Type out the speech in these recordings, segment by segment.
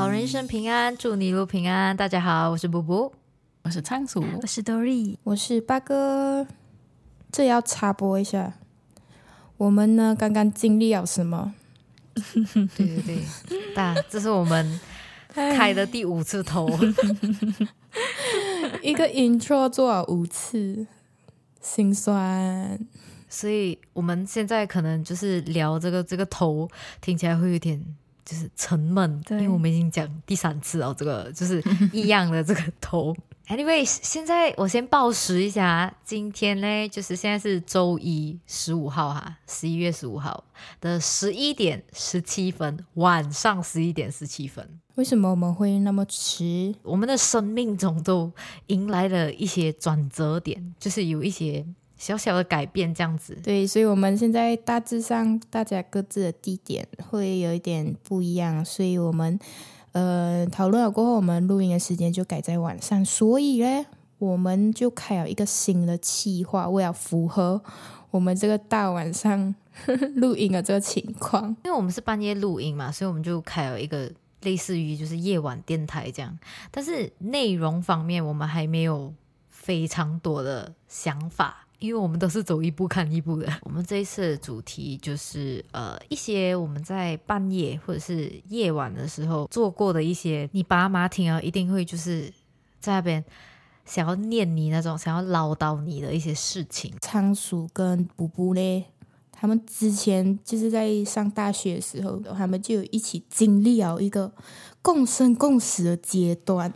好人一生平安，祝你一路平安。大家好，我是布布， 我是仓鼠， 我是 Dory， 我是八哥。这要插播一下，我们呢刚刚经历了什么？ 对对对，这是我们开的第5次头， 一个 intro 做了5次，心酸。 所以我们现在可能就是聊这个头，听起来会有点就是沉闷，因为我们已经讲第3次了，这个就是一样的这个头。Anyways， 现在我先报时一下，今天呢就是现在是周一15号哈，11月15号的11点17分，晚上11点17分。 为什么我们会那么迟？ 我们的生命中都迎来了一些转折点，就是有一些小小的改变这样子。 对，所以我们现在大致上大家各自的地点会有一点不一样，所以我们讨论了过后，我们录音的时间就改在晚上，所以呢我们就开了一个新的企划，为了符合我们这个大晚上录音的这个情况。 因为我们是半夜录音嘛，所以我们就开了一个类似于就是夜晚电台这样，但是内容方面我们还没有非常多的想法，因为我们都是走一步看一步的。我们这一次的主题就是一些我们在半夜或者是夜晚的时候做过的一些你爸妈听了一定会就是在那边想要念你那种想要唠叨你的一些事情。 仓鼠跟布布嘞，他们之前就是在上大学的时候，他们就有一起经历了一个共生共死的阶段。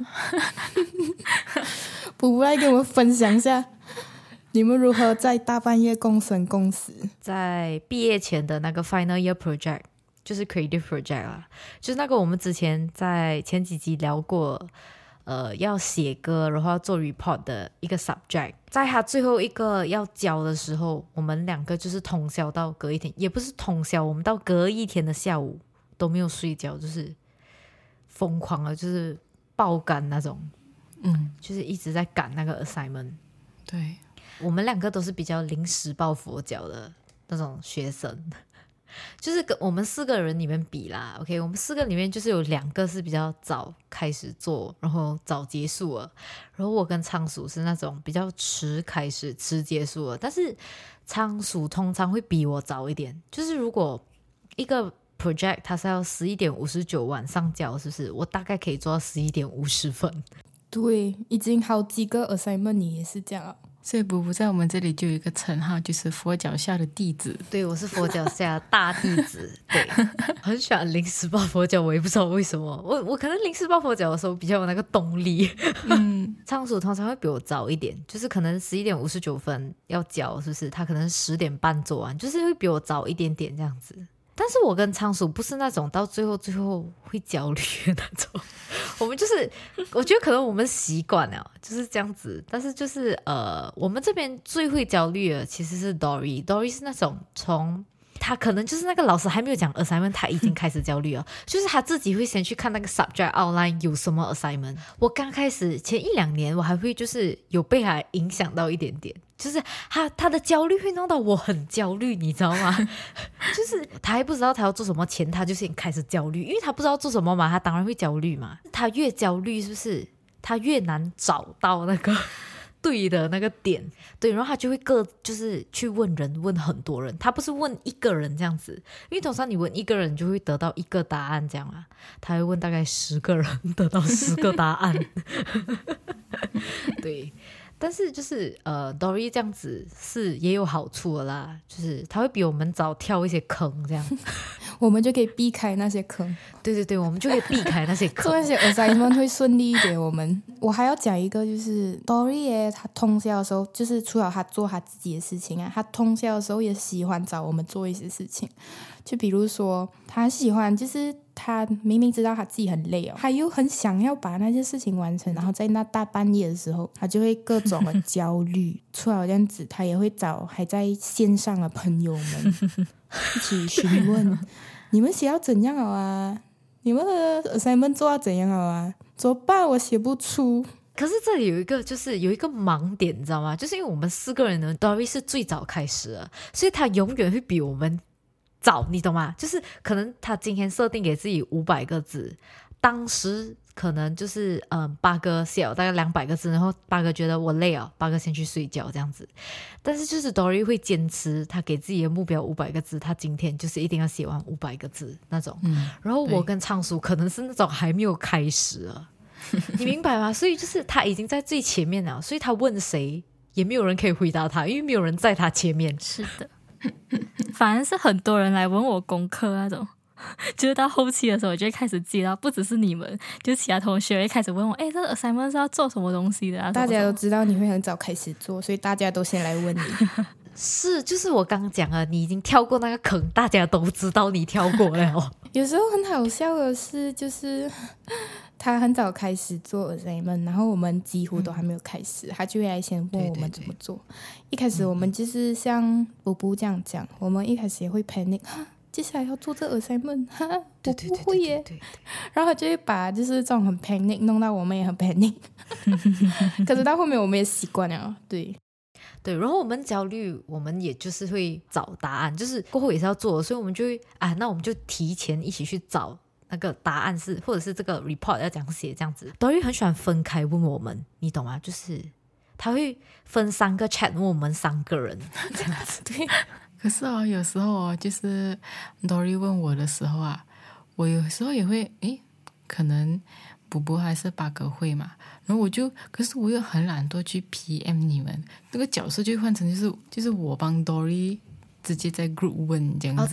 布布来跟我们分享一下你们如何在大半夜共生共死。 在毕业前的那个 final year project 就是 creative project 啦，就是那个我们之前在前几集聊过要写歌然后要做 report 的一个 subject， 在他最后一个要交的时候，我们2个就是通宵到隔一天，也不是通宵，我们到隔一天的下午都没有睡觉，就是疯狂的就是爆肝那种，就是一直在赶那个 assignment。 对， 我们2个都是比较临时抱佛脚的那种学生，就是跟我们4个人里面比啦 OK， 我们4个里面就是有2个是比较早开始做然后早结束了，然后我跟仓鼠是那种比较迟开始迟结束了，但是仓鼠通常会比我早一点，就是如果一个 project 它是要11点59晚上交，是不是我大概可以做到11点50分。 对，已经好几个 assignment 你也是这样。 所以布布在我们这里就有一个称号，就是佛脚下的弟子。 对，我是佛脚下的大弟子。对，很喜欢临时抱佛脚，我也不知道为什么，我可能临时抱佛脚的时候比较有那个动力。仓鼠通常会比我早一点，就是可能11点59分要交，是不是他可能10点半做完，就是会比我早一点点这样子。但是我跟仓鼠不是那种到最后会焦虑的那种，我们就是我觉得可能我们习惯了就是这样子，但是就是我们这边最会焦虑的其实是 Dory 是那种从他可能就是那个老师还没有讲 assignment 他已经开始焦虑了，就是他自己会先去看那个 subject outline 有什么 assignment。 我刚开始前1-2年我还会就是有被他影响到一点点，就是他的焦虑会弄到我很焦虑，你知道吗？就是他还不知道他要做什么前他就先开始焦虑，因为他不知道做什么嘛，他当然会焦虑嘛。他越焦虑是不是他越难找到那个对的那个点。对，然后他就会就是去问很多人，他不是问一个人这样子，因为通常你问一个人就会得到一个答案这样啦，他会问大概10个人得到10个答案。对，但是就是Dory 这样子是也有好处的啦，就是他会比我们早跳一些坑这样。 我们就可以避开那些坑。 对对对，我们就可以避开那些坑。 做那些 assignment 会顺利一点。我还要讲一个，就是 Dory 耶，他通宵的时候，就是除了他做他自己的事情啊，他通宵的时候也喜欢找我们做一些事情。就比如说他喜欢，就是他明明知道他自己很累哦，他又很想要把那件事情完成，然后在那大半夜的时候他就会各种的焦虑。除了这样子，他也会找还在线上的朋友们一起询问你们写要怎样啊，你们的 assignment 做到怎样啊，怎么办我写不出。 可是这里有一个就是有一个盲点你知道吗，就是因为我们4个人呢 Dory 是最早开始的，所以他永远会比我们早，你懂吗？就是可能他今天设定给自己500个字， 当时可能就是八哥写了大概200个字，然后八哥觉得我累了，八哥先去睡觉这样子。但是就是 Dory 会坚持他给自己的目标500个字，他今天就是一定要写完500个字那种。然后我跟仓鼠可能是那种还没有开始啊，你明白吗？所以就是他已经在最前面了，所以他问谁也没有人可以回答他，因为没有人在他前面。 是的，反而是很多人来问我功课那种。就是到后期的时候，我就会开始接到，不只是你们，就其他同学会开始问我，这个 assignment 是要做什么东西的啊？ 大家都知道你会很早开始做，所以大家都先来问你。 是，就是我刚刚讲了，你已经跳过那个坑，大家都知道你跳过了。 有时候很好笑的是，就是他很早开始做 assignment， 然后我们几乎都还没有开始，他就会来先问我们怎么做。一开始我们就是像布布这样讲，我们一开始也会 panic，接下来要做这 assignment， 我不会耶。然后他就会把就是这种很 panic 弄到我们也很 panic。可是到后面我们也习惯了，对。 对，然后我们焦虑，我们也就是会找答案，就是过后也是要做的，所以我们就会那我们就提前一起去找那个答案是，或者是这个 report 要怎样写这样子。Dory 很喜欢分开问我们，你懂吗？就是他会分3个 chat 问我们3个人这样子。 对。 可是有时候就是 Dory 问我的时候啊，我有时候也会可能布布还是八哥会嘛，然后可是我又很懒惰去 PM 你们，那个角色就会换成就是我帮 Dory 直接在 group 问这样子。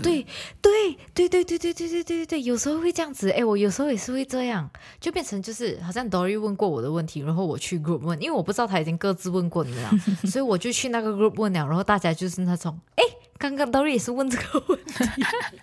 对，有时候会这样子。我有时候也是会这样，就变成就是好像 Dory 问过我的问题，然后我去 group 问，因为我不知道他已经各自问过你们了，所以我就去那个 group 问了，然后大家就是那种刚刚 Dory 也是问这个问题。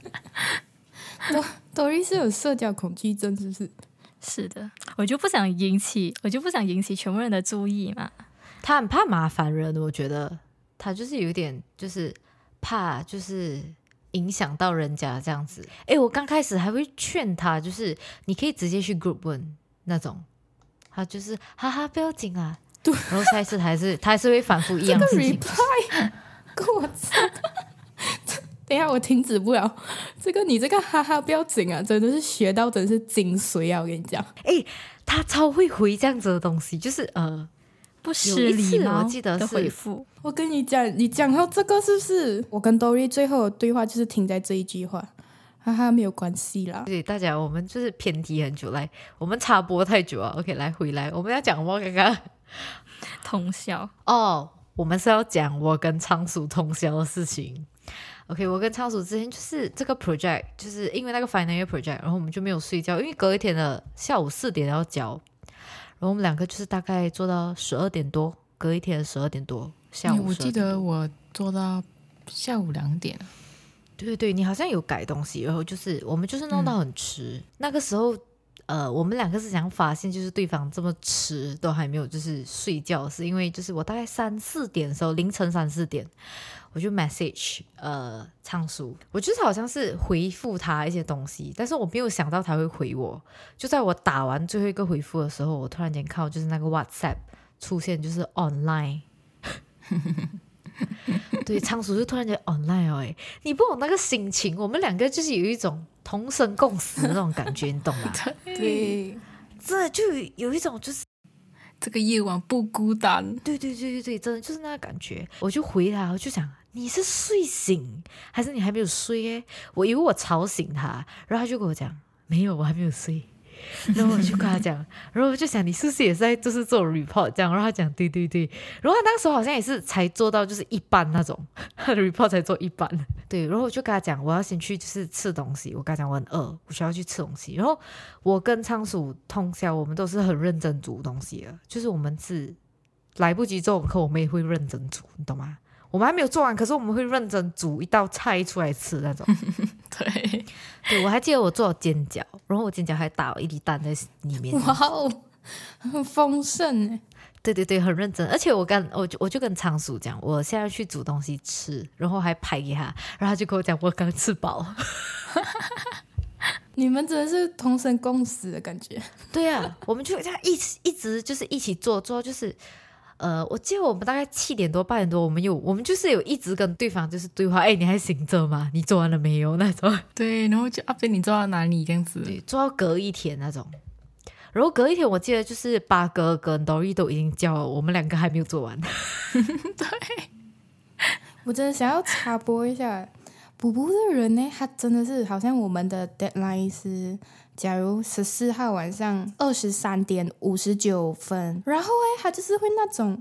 Dory 是有社交恐惧症是不是？ 是的，我就不想引起全部人的注意嘛。 他很怕麻烦人，我觉得他就是有一点就是怕就是影响到人家这样子。我刚开始还会劝他，就是你可以直接去 group 问那种，他就是哈哈不要紧啊，然后下一次他还是会反复一样的事情。 这个 reply 跟我等一下我停止不了，你这个哈哈不要紧啊，真的是学到真的是精髓啊！我跟你讲， 他超会回这样子的东西，就是不失礼貌我记得是的回复。 我跟你讲，你讲到这个是不是？我跟 Dory 最后的对话就是停在这一句话，哈哈，没有关系啦。 对大家，我们就是偏题很久，来，我们插播太久了。OK， 来回来，我们要讲什么？刚刚通宵我们是要讲我跟仓鼠通宵的事情。OK， 我跟仓鼠之前就是这个 project， 就是因为那个 final year project， 然后我们就没有睡觉，因为隔一天的下午4点要交，然后我们2个就是大概做到12点多，隔一天的12点多，下午12点多。 我记得我做到下午2点。 对，你好像有改东西，然后就是我们就是弄到很迟。那个时候我们2个是想发现就是对方这么迟都还没有就是睡觉，是因为就是我大概3、4点的时候，凌晨3、4点我就 message 仓鼠，我就是好像是回复他一些东西，但是我没有想到他会回我。就在我打完最后一个回复的时候，我突然间看到就是那个 WhatsApp 出现就是 online 对，仓鼠就突然间 online 你不懂那个心情，我们2个就是有一种同生共死的那种感觉，你懂吗？ 对， 真的就有一种就是这个夜晚不孤单。 对，真的就是那个感觉。我就回来，我就想你是睡醒还是你还没有睡我以为我吵醒他，然后他就跟我讲没有，我还没有睡。然后我就跟他讲，然后我就想你是不是也是在就是做 report 这样，然后他讲对，然后他那时候好像也是才做到就是一半那种，他的 report 才做一半。对，然后我就跟他讲我要先去就是吃东西，我跟他讲我很饿，我需要去吃东西。然后我跟仓鼠通宵，我们都是很认真煮东西的，就是我们是来不及做功课我们也会认真煮，你懂吗？我们还没有做完，可是我们会认真煮一道菜出来吃那种。对，我还记得我做了煎饺，然后我煎饺还打了一粒蛋在里面。 哇哦，很丰盛。 对，很认真。而且我就跟仓鼠讲，我现在去煮东西吃，然后还拍给他，然后他就跟我讲我刚吃饱。 你们真的是同生共死的感觉。 对啊，我们就这样一直就是一起做就是我记得我们大概7点多8点多，我们就是有一直跟对方就是对话，你还醒着吗？你做完了没有那种？ 对，然后就 update 你做到哪里这样子。 对，做到隔一天那种。然后隔一天我记得就是八哥跟 Dory 都已经交了，我们2个还没有做完。 对， 我真的想要插播一下，补补的人呢，他真的是好像我们的 deadline 是假如14号晚上23点59分，然后他就是会那种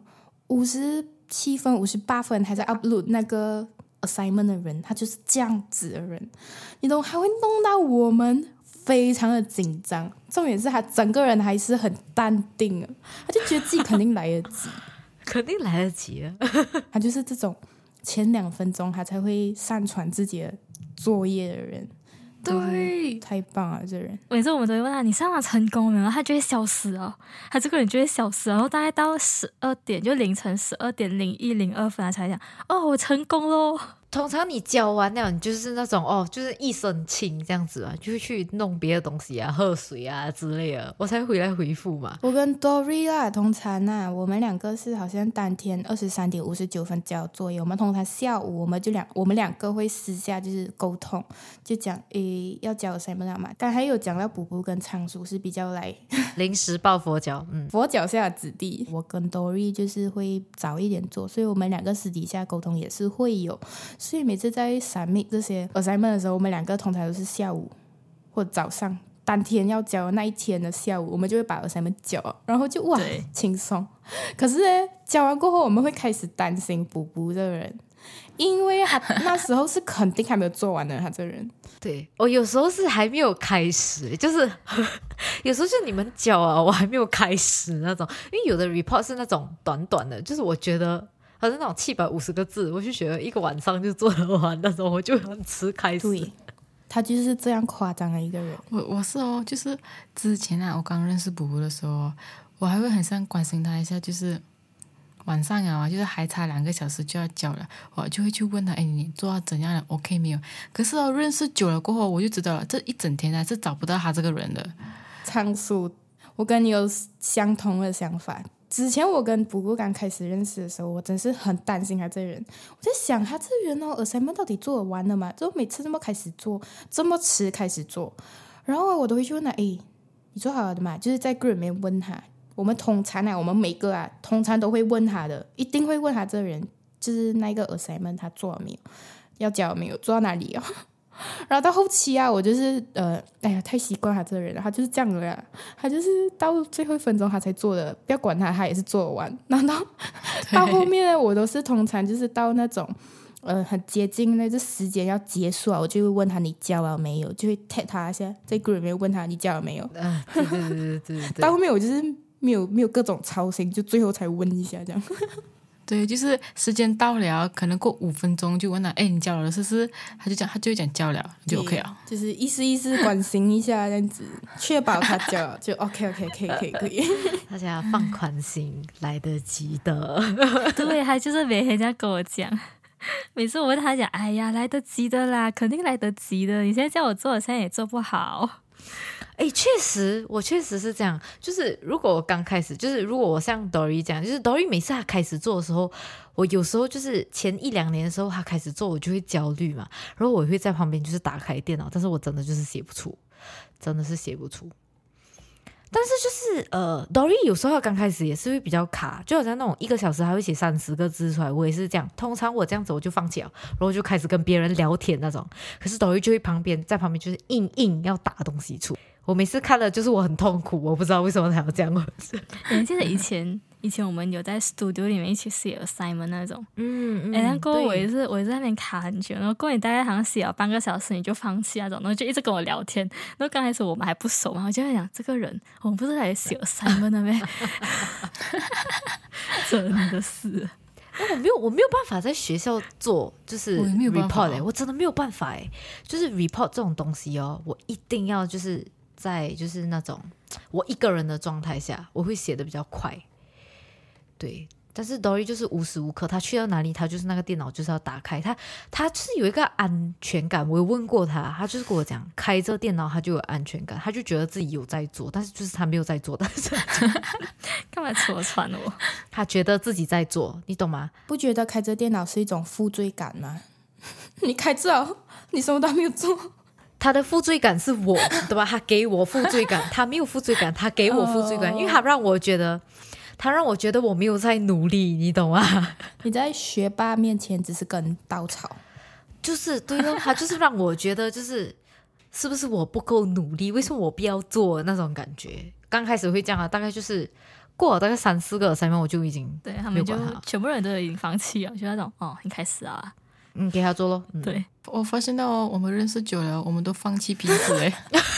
57分58分还在 upload 那个 assignment 的人，他就是这样子的人，你懂，还会弄到我们非常的紧张。重点是他整个人还是很淡定的，他就觉得自己肯定来得及肯定来得及了。 他就是这种前2分钟他才会上传自己的作业的人。 对， 太棒了，这人。 每次我们都会问他你上网成功了没有，他就会消失哦，他这个人就会消失，然后大概到12点，就凌晨12点0102分他才讲我成功咯。 通常你教完了，你就是那种就是一身轻这样子啊，就会去弄别的东西啊，喝水啊之类的，我才回来回复嘛。 我跟 Dory 啦，通常我们2个是好像当天23点59分交作业，我们通常下午我们2个会私下就是沟通，就讲要交assignment嘛。刚才有讲到补补跟仓鼠是比较来临时抱佛脚， 佛脚下的子弟，我跟 Dory 就是会早一点做，所以我们2个私底下沟通也是会有。所以每次在 submit 这些 assignment 的时候，我们2个通常都是下午或早上，当天要交的那一天的下午，我们就会把 assignment 交，然后就哇轻松。可是呢，交完过后我们会开始担心补补的人，因为他那时候是肯定还没有做完的，他这人。 对，我有时候是还没有开始，就是有时候就你们交啊，我还没有开始那种，因为有的 report 是那种短短的，就是我觉得好像那种750个字，我就觉得一个晚上就做得完那种，我就很迟开始。 对，他就是这样夸张的一个人。 我是就是之前我刚认识补补的时候，我还会很想关心他一下，就是晚上就是还差2个小时就要交了，我就会去问他，你做到怎样了 ？OK 没有？可是认识久了过后，我就知道了，这一整天是找不到他这个人的。 仓鼠，我跟你有相同的想法。之前我跟补补刚开始认识的时候，我真是很担心他这人。我在想他这人assignment 到底做得完了吗？就每次这么开始做，这么迟开始做，然后我都会去问他，你做好了的嘛？就是在 group 里面问他。我们通常我们每个通常都会问他的，一定会问他这人，就是那个 assignment 他做了没有，要交了没有，做到哪里然后到后期我就是太习惯他这个人了，他就是这样的啦，他就是到最后1分钟他才做的，不要管他也是做得完。然后到后面呢，我都是通常就是到那种很接近那这时间要结束我就会问他你交了没有，就会 tag 他一下，在 group 里面问他你交了没有。 对。 到后面我就是没有各种操心，就最后才问一下这样。 对，就是时间到了，可能过5分钟就问他，你交了是不是？他就会讲交了，就 OK 了。 就是意思关心一下这样子，确保他交了就 OK， 可以。 大家放宽心，来得及的。 对，他就是每天这样跟我讲。每次我问他讲，哎呀，来得及的啦，肯定来得及的。你现在叫我做，现在也做不好。 我确实是这样。就是如果我刚开始，就是如果我像 Dory 这样，就是 Dory 每次他开始做的时候，我有时候就是前1-2年的时候他开始做，我就会焦虑嘛，然后我会在旁边就是打开电脑，但是我真的就是写不出，真的是写不出。但是就是Dory 有时候刚开始也是会比较卡，就好像那种1个小时还会写30个字出来，我也是这样。通常我这样子我就放弃了，然后就开始跟别人聊天那种。可是 Dory 就会在旁边就是硬要打东西出。我每次看了就是我很痛苦，我不知道为什么他要这样。 你记得以前我们有在 studio 里面一起写 assignment 那种，然后过后我也是在那边卡很久，然后过后你大概好像写了半个小时你就放弃那种，然后就一直跟我聊天。然后刚开始我们还不熟嘛，我就在想这个人我们不是来写 assignment 那边，真的是。 我没有办法在学校做就是 report 我真的没有办法就是 report 这种东西我一定要就是在就是那种我一个人的状态下，我会写的比较快。对， 但是 Dory 就是无时无刻他去到哪里他就是那个电脑就是要打开，他就是有一个安全感。我有问过他就是跟我讲开这电脑他就有安全感，他就觉得自己有在做，但是就是他没有在做，但是干嘛戳穿我？ 他觉得自己在做，你懂吗？ 不觉得开这电脑是一种负罪感吗？你开这你什么都没有做。 他的负罪感是我，对吧？他给我负罪感，他没有负罪感，他给我负罪感，因为他让我觉得我没有在努力，你懂吗？ 你在学霸面前只是根稻草， 就是对了，他就是让我觉得是不是我不够努力，为什么我不要做那种感觉。刚开始会这样大概就是过了大概3-4个assignment我就已经对他们就全部人都已经放弃了，就那种你开始啊。 给他做咯。 对， 我发现到我们认识久了，我们都放弃彼此嘞。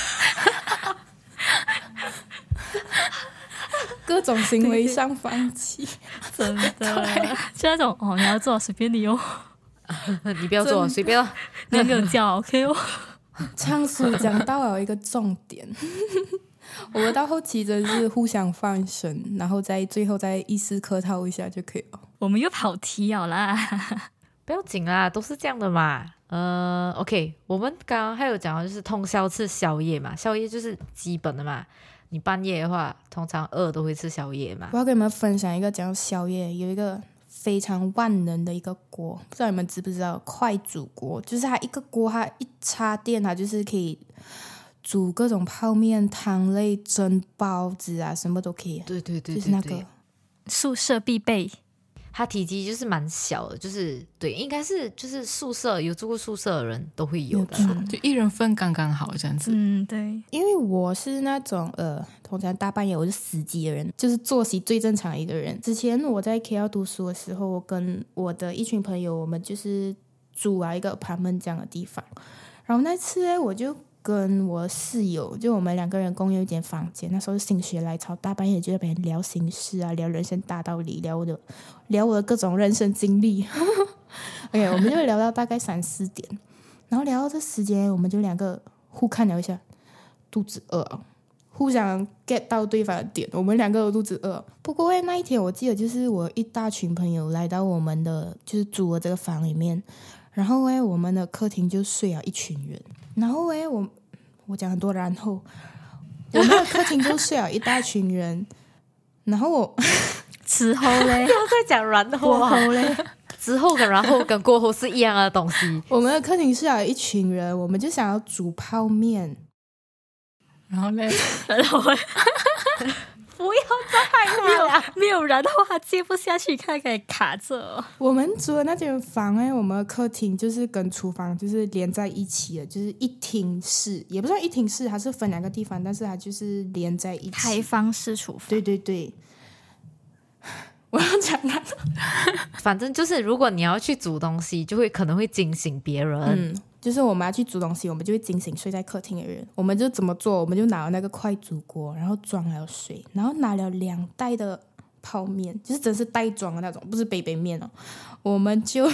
各种行为上放弃， 真的，就那种你要做随便你哦， 你不要做随便了， 你没有叫 OK 哦。 仓鼠讲到了一个重点，我们到后期真是互相放生，然后最后再意思客套一下就可以了。 我们又跑题了啦。 不要紧啦，都是这样的嘛。OK， 我们刚刚还有讲到就是通宵吃宵夜嘛，宵夜就是基本的嘛。你半夜的话，通常饿都会吃宵夜嘛。 我要跟你们分享一个讲宵夜，有一个非常万能的一个锅，不知道你们知不知道？快煮锅，就是它一个锅，它一插电，它就是可以煮各种泡面、汤类、蒸包子啊，什么都可以。 对， 就是那个宿舍必备。 它体积就是蛮小的，就是对，应该是就是宿舍有住过宿舍的人都会有的， 就一人份刚刚好这样子。 对， 因为我是那种通常大半夜我是死机的人，就是作息最正常的一个人。之前我在 KL 读书的时候，我跟我的一群朋友，我们就是住一个 apartment 这样的地方，然后那次呢，我就跟我室友，就我们2个人共用一间房间。那时候心血来潮，大半夜就在那边聊心事啊，聊人生大道理，聊我的各种人生经历。OK， 我们就聊到大概3-4点，然后聊到这时间，我们就2个互看了一下，肚子饿啊，互相 get 到对方的点，我们2个都肚子饿。不过那一天我记得就是我一大群朋友来到我们的就是租的这个房里面，然后我们的客厅就睡了一群人。然后我讲很多，然后我们的客厅就睡了一大群人，然后我之后嘞， 又在讲然后过后嘞， 之后跟然后跟过后是一样的东西。 我们的客厅睡了一群人，我们就想要煮泡面， 然后嘞， 然后不要再害他了， 没有，然后他接不下去，看给卡着。 我们租的那间房我们的客厅就是跟厨房就是连在一起的，就是一厅室，也不算一厅室，它是分2个地方，但是它就是连在一起， 开放式厨房。 对，我要讲了， 反正就是如果你要去煮东西，就会可能会惊醒别人。 就是我们要去煮东西，我们就会惊醒睡在客厅的人。我们就怎么做？我们就拿了那个快煮锅，然后装了水，然后拿了2袋的泡面，就是真是袋装的那种，不是杯面哦。我们就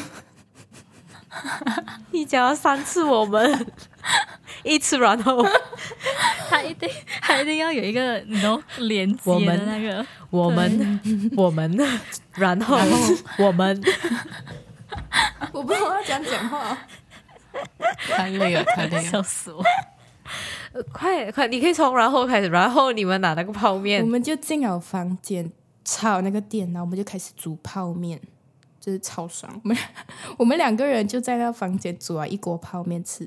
你讲了3次我们一次，然后他一定要有一个连接的那个我们然后我们我不知道要讲话。 太累了， 笑死我！ 快，你可以从然后开始，然后你们拿那个泡面， 我们就进了房间，插那个电，然后我们就开始煮泡面，就是超爽。我们2个人就在那房间煮了一锅泡面吃，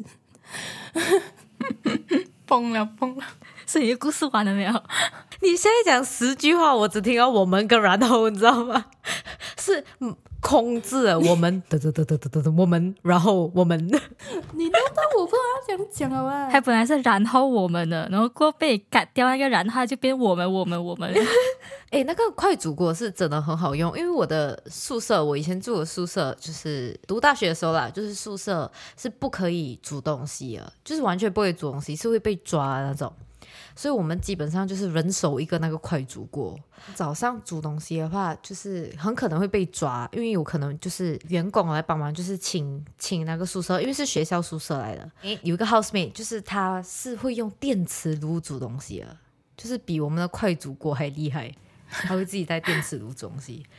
疯了！ 所以故事完了没有？ 你现在讲10句话，我只听到我们跟然后，你知道吗？是空字了，我们我们然后我们， 你都当我不知道要讲了吧？ 还本来是然后我们的，然后过后被改掉那个然后就变我们。 那个快煮锅是真的很好用，因为我的宿舍，我以前住的宿舍就是读大学的时候啦，就是宿舍是不可以煮东西的，就是完全不会煮东西，是会被抓的那种。所以我们基本上就是人手一个那个快煮锅。早上煮东西的话，就是很可能会被抓，因为有可能就是员工来帮忙，就是清那个宿舍，因为是学校宿舍来的。有一个 housemate， 就是他是会用电磁炉煮东西的，就是比我们的快煮锅还厉害，他会自己带电磁炉煮东西。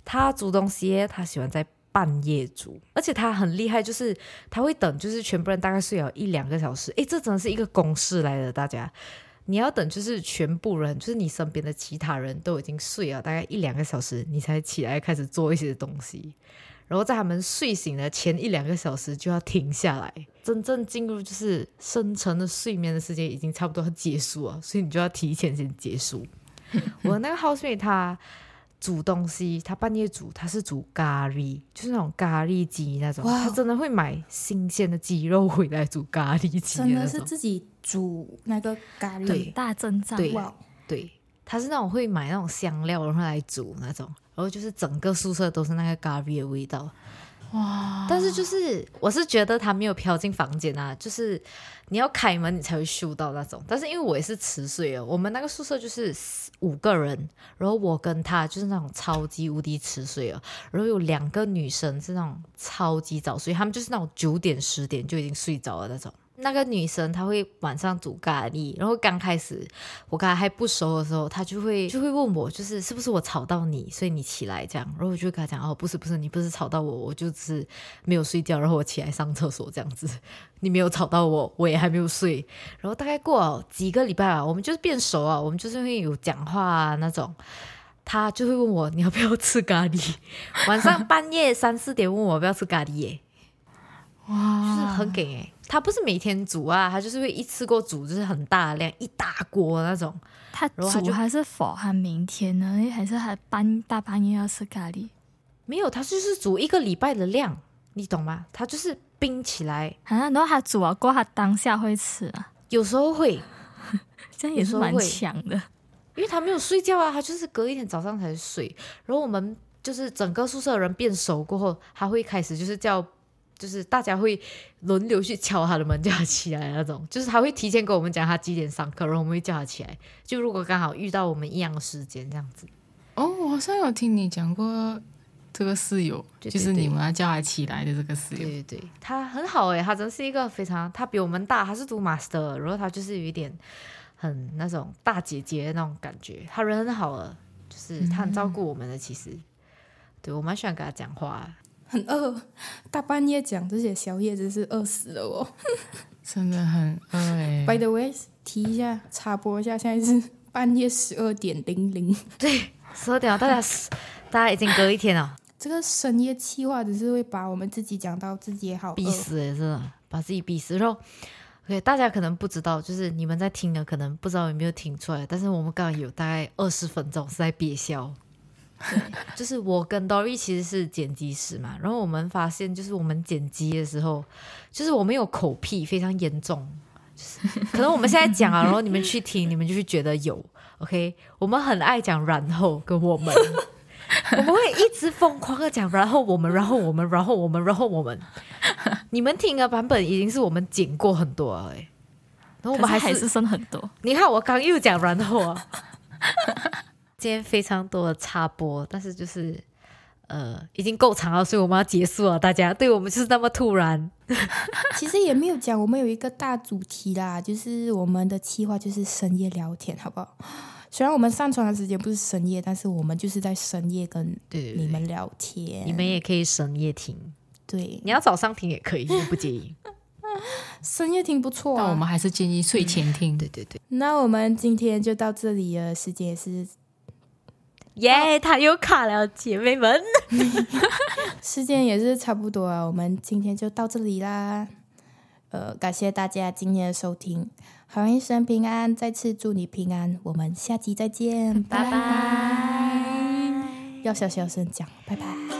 他煮东西他喜欢在半夜煮，而且他很厉害，就是他会等就是全部人大概睡了1-2个小时，这真的是一个公式来的，大家你要等就是全部人就是你身边的其他人都已经睡了大概1-2个小时你才起来开始做一些东西，然后在他们睡醒的前1-2个小时就要停下来，真正进入就是深层的睡眠的时间已经差不多要结束了，所以你就要提前先结束。我的那个 housemate 他煮东西，他半夜煮，他是煮咖喱，就是那种咖喱鸡那种，他真的会买新鲜的鸡肉回来煮咖喱鸡， 真的是自己煮那个咖喱， 对， 大阵仗， 对，他是那种会买那种香料然后来煮那种，然后就是整个宿舍都是那个咖喱的味道。哇！但是就是我是觉得他没有飘进房间啊，就是你要开门你才会嗅到那种。但是因为我也是迟睡哦，我们那个宿舍就是5个人，然后我跟他就是那种超级无敌迟睡哦，然后有2个女生是那种超级早睡，她们就是那种9点10点就已经睡着了那种。那个女生她会晚上煮咖喱，然后刚开始我跟她还不熟的时候，她就会问我，就是是不是我吵到你，所以你起来这样，然后我就跟她讲，哦，不是，你不是吵到我，我就只是没有睡觉，然后我起来上厕所这样子，你没有吵到我，我也还没有睡。然后大概过了几个礼拜啊，我们就是变熟啊，我们就是会有讲话啊那种。她就会问我你要不要吃咖喱，晚上半夜3、4点问我要不要吃咖喱耶。哇，就是很给他不是每天煮啊，他就是会一次过煮，就是很大量一大锅那种。 他煮还是否他明天呢？还是他大半夜要吃咖喱？ 没有，他就是煮1个礼拜的量，你懂吗？他就是冰起来然后他煮了过后，他当下会吃啊？ 有时候会， 这样也是蛮强的， 因为他没有睡觉啊，他就是隔一天早上才睡。然后我们就是整个宿舍的人变熟过后，他会开始就是大家会轮流去敲他的门叫他起来那种，就是他会提前跟我们讲他几点上课，然后我们会叫他起来，就如果刚好遇到我们一样的时间这样子。 哦，我好像有听你讲过这个室友， 对对对， 就是你们要叫他起来的这个室友。 对对对，他很好他真是一个非常，他比我们大，他是读 master， 然后他就是有一点很那种大姐姐的那种感觉，他人很好了，就是他很照顾我们的其实。对，我蛮喜欢跟他讲话。 很饿，大半夜讲这些宵夜真是饿死了哦。 真的很饿 By the way， 提一下插播一下，现在是半夜12:00。 对，12点了，大家已经隔一天了。 这个深夜企划只是会把我们自己讲到自己也好饿， 逼死真的把自己逼死。然后，OK， 大家可能不知道，就是你们在听的，可能不知道有没有听出来，但是我们刚刚有大概20分钟是在憋笑。对，就是我跟 Dory 其实是剪辑师嘛，然后我们发现就是我们剪辑的时候，就是我们有口癖非常严重，就是可能我们现在讲啊，然后你们去听，你们就会觉得有 OK， 我们很爱讲然后跟我们我们会一直疯狂的讲然后我们，你们听的版本已经是我们剪过很多了然后我们还是剩很多。 你看我刚又讲然后啊今天非常多的插播，但是就是已经够长了，所以我们要结束了。大家对我们就是那么突然。 其实也没有讲，我们有一个大主题啦，就是我们的企划就是深夜聊天，好不好？虽然我们上传的时间不是深夜，但是我们就是在深夜跟你们聊天。 你们也可以深夜听， 对， 你要早上听也可以，我不介意。 深夜听不错但我们还是建议睡前听。 对对对。 那我们今天就到这里了，时间也是他又卡了，姐妹们。 时间也是差不多了，我们今天就到这里啦。感谢大家今天的收听，好人一生平安，再次祝你平安，我们下集再见，拜拜。要小声讲，拜拜。